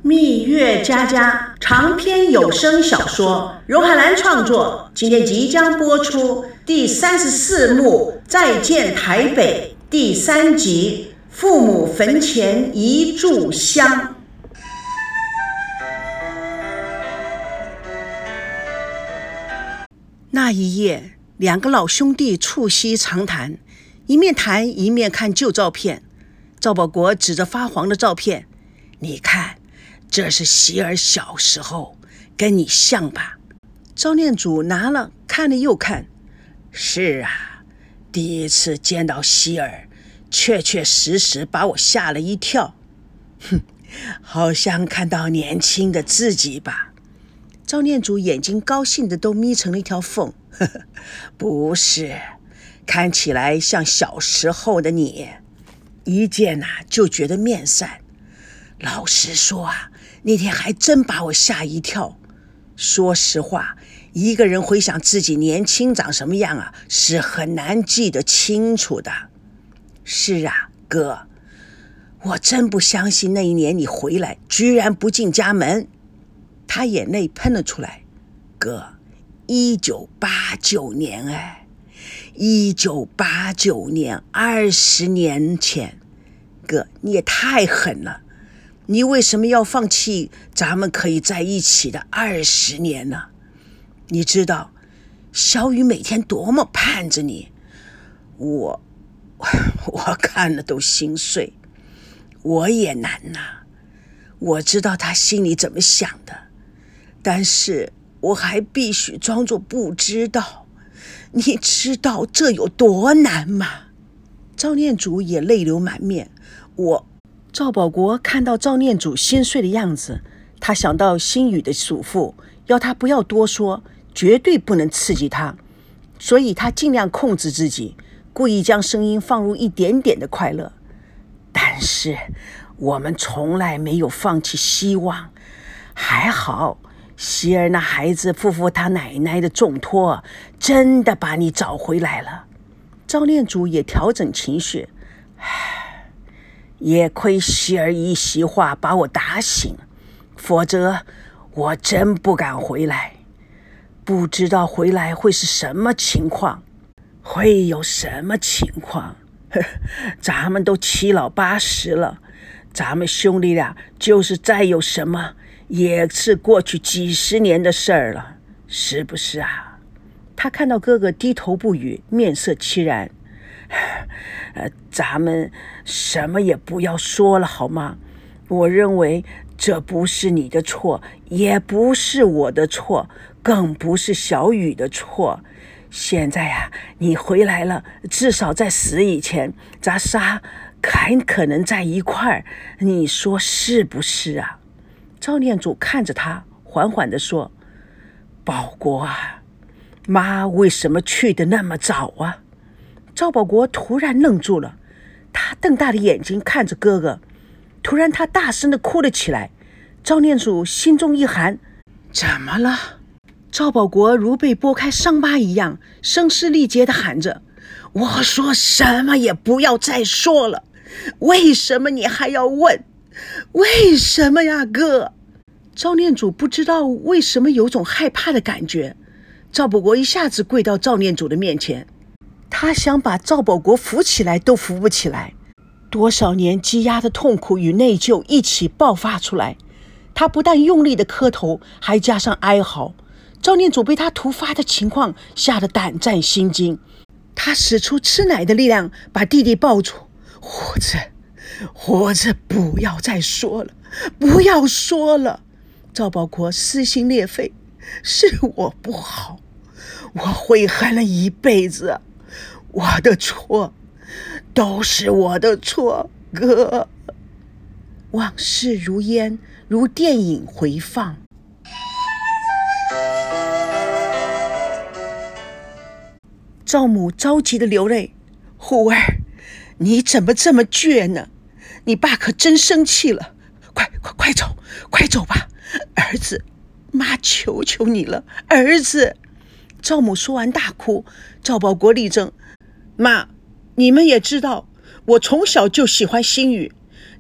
蜜月佳佳长篇有声小说，荣海兰创作，今天即将播出第34幕《再见台北》第3集《父母坟前一炷香》。那一夜，两个老兄弟促膝长谈，一面谈一面看旧照片。赵保国指着发黄的照片，你看，这是喜儿小时候，跟你像吧？赵念祖拿了看了又看，是啊，第一次见到喜儿，确确实实把我吓了一跳。哼，好像看到年轻的自己吧？赵念祖眼睛高兴的都眯成了一条缝。呵呵，不是，看起来像小时候的你。一见就觉得面善。老实说啊，那天还真把我吓一跳。说实话，一个人回想自己年轻长什么样是很难记得清楚的。是啊，哥，我真不相信那一年你回来居然不进家门。他眼泪喷了出来。哥，1989年1989年，20年前。哥，你也太狠了，你为什么要放弃咱们可以在一起的20年呢？你知道小雨每天多么盼着你，我看了都心碎。我也难我知道他心里怎么想的，但是我还必须装作不知道。你知道这有多难吗？赵念祖也泪流满面。赵保国看到赵念祖心碎的样子，他想到心雨的嘱咐，要他不要多说，绝对不能刺激他，所以他尽量控制自己，故意将声音放入一点点的快乐。但是我们从来没有放弃希望，还好喜儿那孩子负负他奶奶的重托，真的把你找回来了。赵念祖也调整情绪，也亏喜儿一席话把我打醒，否则我真不敢回来。不知道回来会是什么情况，会有什么情况？咱们都7老80了，咱们兄弟俩就是再有什么，也是过去几十年的事儿了，是不是啊？他看到哥哥低头不语，面色凄然。咱们什么也不要说了好吗？我认为这不是你的错，也不是我的错，更不是小雨的错。现在你回来了，至少在死以前，咱仨还可能在一块儿，你说是不是啊？赵念祖看着他，缓缓地说：保国妈为什么去得那么早啊？赵保国突然愣住了，他瞪大的眼睛看着哥哥，突然他大声地哭了起来。赵念祖心中一寒，怎么了？赵保国如被拨开伤疤一样，声嘶力竭地喊着：我说什么也不要再说了，为什么你还要问？为什么呀，哥？赵念祖不知道为什么有种害怕的感觉。赵保国一下子跪到赵念祖的面前，他想把赵保国扶起来都扶不起来，多少年积压的痛苦与内疚一起爆发出来。他不但用力的磕头，还加上哀嚎。赵念祖被他突发的情况吓得胆战心惊，他使出吃奶的力量把弟弟抱住。活着，不要再说了，不要说了。赵保国撕心裂肺，是我不好，我悔恨了一辈子，我的错，都是我的错，哥。往事如烟，如电影回放。赵母着急的流泪，虎儿，你怎么这么倔呢？你爸可真生气了，快走吧，儿子，妈求求你了，儿子。赵母说完大哭。赵保国力争，妈，你们也知道我从小就喜欢心雨，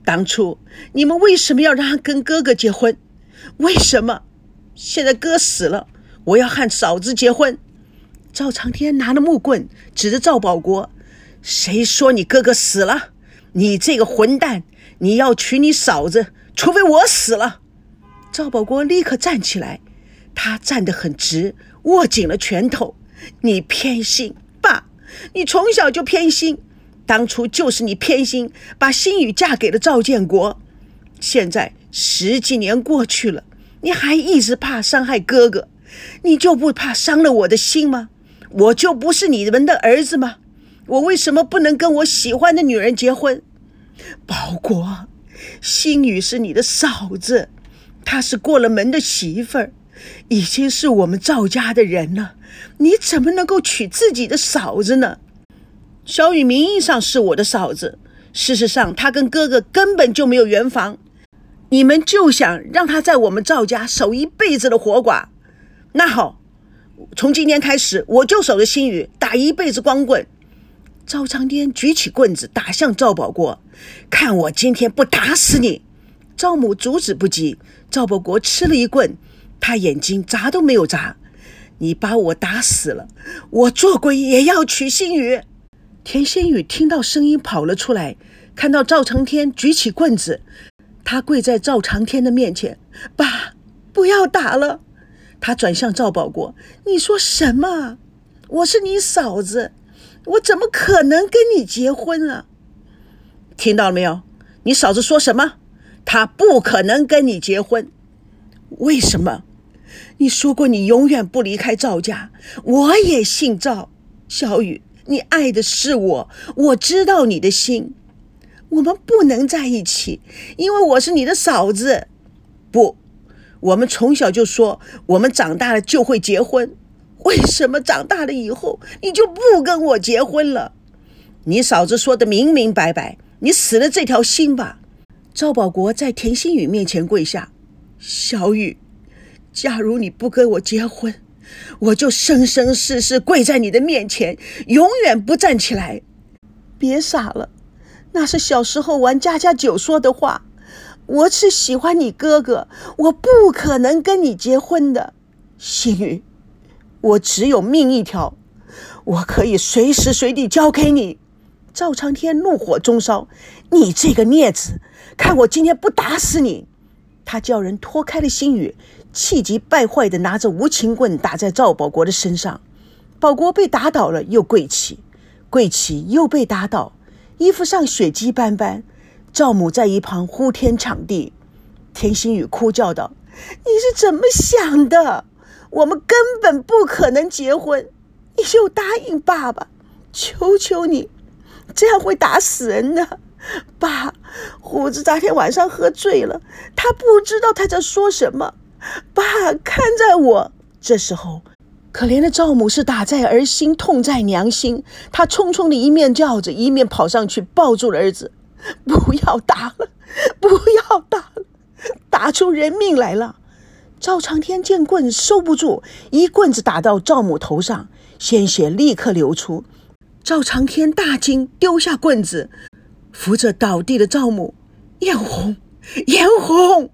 当初你们为什么要让他跟哥哥结婚？为什么？现在哥死了，我要和嫂子结婚。赵长天拿了木棍指着赵保国，谁说你哥哥死了？你这个混蛋，你要娶你嫂子，除非我死了。赵保国立刻站起来，他站得很直，握紧了拳头。你偏心，爸，你从小就偏心，当初就是你偏心把心雨嫁给了赵建国，现在10几年过去了，你还一直怕伤害哥哥，你就不怕伤了我的心吗？我就不是你们的儿子吗？我为什么不能跟我喜欢的女人结婚？保国，心雨是你的嫂子，她是过了门的媳妇儿，已经是我们赵家的人了，你怎么能够娶自己的嫂子呢？小雨名义上是我的嫂子，事实上她跟哥哥根本就没有圆房，你们就想让她在我们赵家守一辈子的活寡。那好，从今天开始我就守着心雨，打一辈子光棍。赵长天举起棍子打向赵保国，看我今天不打死你！赵母阻止不及，赵保国吃了一棍，他眼睛眨都没有眨。你把我打死了，我做鬼也要娶心雨。田心雨听到声音跑了出来，看到赵长天举起棍子，他跪在赵长天的面前，爸，不要打了。他转向赵保国，你说什么？我是你嫂子，我怎么可能跟你结婚啊？听到了没有？你嫂子说什么？她不可能跟你结婚。为什么？你说过你永远不离开赵家，我也姓赵。小雨，你爱的是我，我知道你的心。我们不能在一起，因为我是你的嫂子。不，我们从小就说我们长大了就会结婚，为什么长大了以后你就不跟我结婚了？你嫂子说的明明白白，你死了这条心吧。赵保国在田心雨面前跪下，小雨，假如你不跟我结婚，我就生生世世跪在你的面前，永远不站起来。别傻了，那是小时候玩家家酒说的话，我是喜欢你哥哥，我不可能跟你结婚的。心雨，我只有命一条，我可以随时随地交给你。赵长天怒火中烧，你这个孽子，看我今天不打死你！他叫人拖开了心雨，气急败坏地拿着无情棍打在赵保国的身上。保国被打倒了，又跪起，跪起又被打倒，衣服上血迹斑斑。赵母在一旁呼天抢地。田心雨哭叫道，你是怎么想的？我们根本不可能结婚，你就答应爸爸，求求你，这样会打死人的。爸，虎子昨天晚上喝醉了，他不知道他在说什么，爸，看在我。这时候可怜的赵母是打在儿心，痛在娘心，她匆匆的一面叫着，一面跑上去抱住了儿子，不要打了，不要打了，打出人命来了。赵长天见棍收不住，一棍子打到赵母头上，鲜血立刻流出。赵长天大惊，丢下棍子，扶着倒地的赵母，艳红，艳红。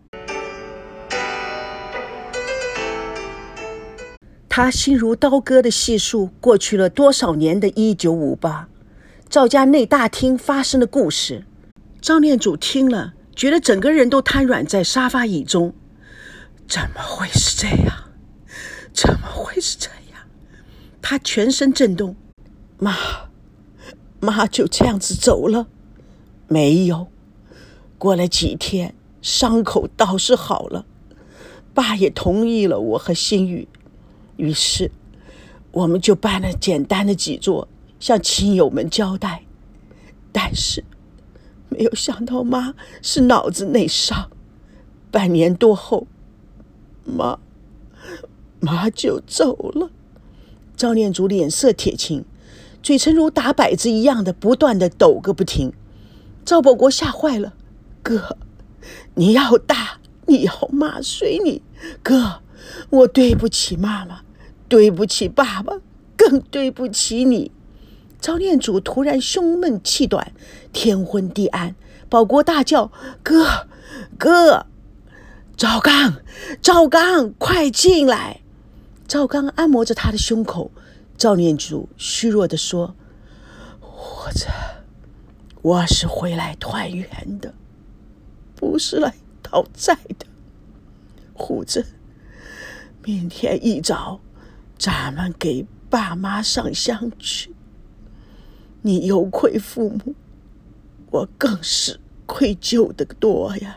他心如刀割的细数过去了多少年的1958，赵家内大厅发生的故事。赵念祖听了，觉得整个人都瘫软在沙发椅中。怎么会是这样？怎么会是这样？他全身震动。妈就这样子走了？没有，过了几天，伤口倒是好了，爸也同意了我和心雨，于是我们就办了简单的几桌，向亲友们交代。但是没有想到妈是脑子内伤，半年多后，妈就走了。赵念祖脸色铁青，嘴唇如打摆子一样的不断的抖个不停。赵保国吓坏了，哥，你要打，你要骂随你。哥，我对不起妈妈，对不起爸爸，更对不起你。赵念祖突然胸闷气短，天昏地暗， 保国大叫：“哥，哥！”赵刚，快进来！赵刚按摩着他的胸口。赵念祖虚弱地说：“我是回来团圆的，不是来讨债的。虎子，明天一早咱们给爸妈上香去。你有愧父母，我更是愧疚的多呀。”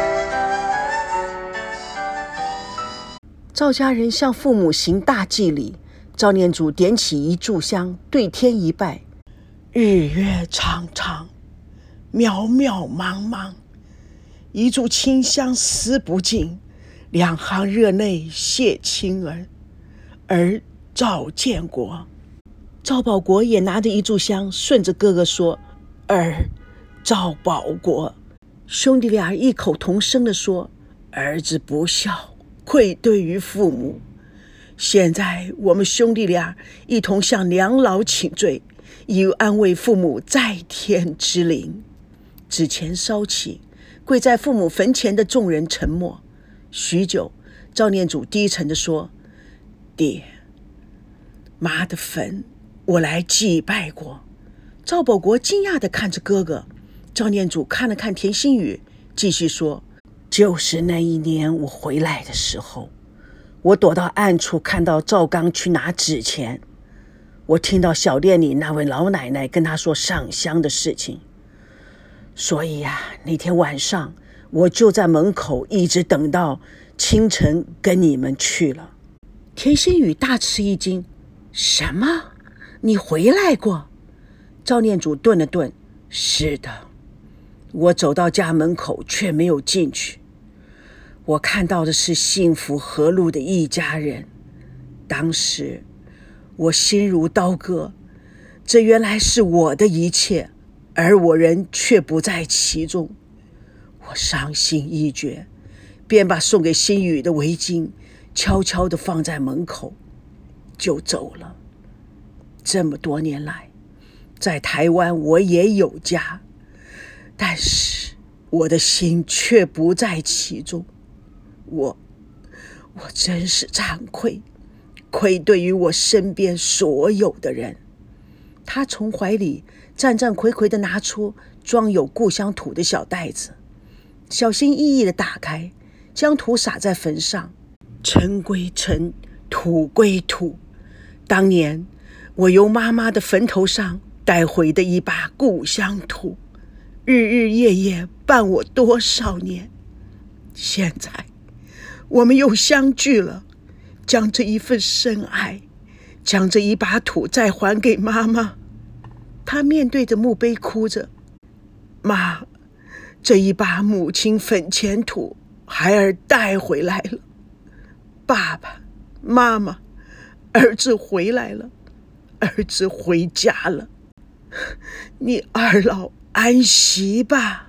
赵家人向父母行大祭礼，赵念祖点起一炷香，对天一拜：“日月长长，渺渺茫茫，一炷清香思不尽，两行热泪谢亲儿赵建国。”赵保国也拿着一炷香，顺着哥哥说：“儿赵保国。”兄弟俩异口同声地说：“儿子不孝，愧对于父母。现在我们兄弟俩一同向娘老请罪，以安慰父母在天之灵。”纸钱烧起，跪在父母坟前的众人沉默。许久，赵念祖低沉地说：“爹妈的坟我来祭拜过。”赵保国惊讶地看着哥哥。赵念祖看了看田心雨，继续说：“就是那一年我回来的时候，我躲到暗处，看到赵刚去拿纸钱。我听到小店里那位老奶奶跟他说上香的事情，所以那天晚上我就在门口一直等到清晨跟你们去了。”田心雨大吃一惊：“什么？你回来过？”赵念祖顿了顿：“是的，我走到家门口却没有进去。我看到的是幸福和睦的一家人。当时我心如刀割，这原来是我的一切，而我人却不在其中。我伤心欲绝，便把送给心雨的围巾悄悄地放在门口，就走了。这么多年来，在台湾我也有家，但是我的心却不在其中。我真是惭愧，愧对于我身边所有的人。”他从怀里战战兢兢地拿出装有故乡土的小袋子，小心翼翼地打开，将土撒在坟上。尘归尘，土归土。当年我由妈妈的坟头上带回的一把故乡土，日日夜夜伴我多少年。现在我们又相聚了，将这一份深爱，将这一把土再还给妈妈。她面对着墓碑哭着：“妈，这一把母亲坟前土孩儿带回来了。爸爸妈妈，儿子回来了，儿子回家了，你二老安息吧。”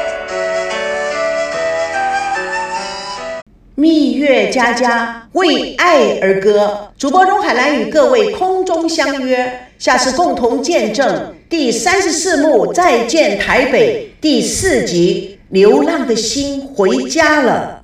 蜜月佳佳为爱而歌，主播荣海兰与各位空中相约，下次共同见证第34幕《再见台北》第4集《流浪的心回家了》。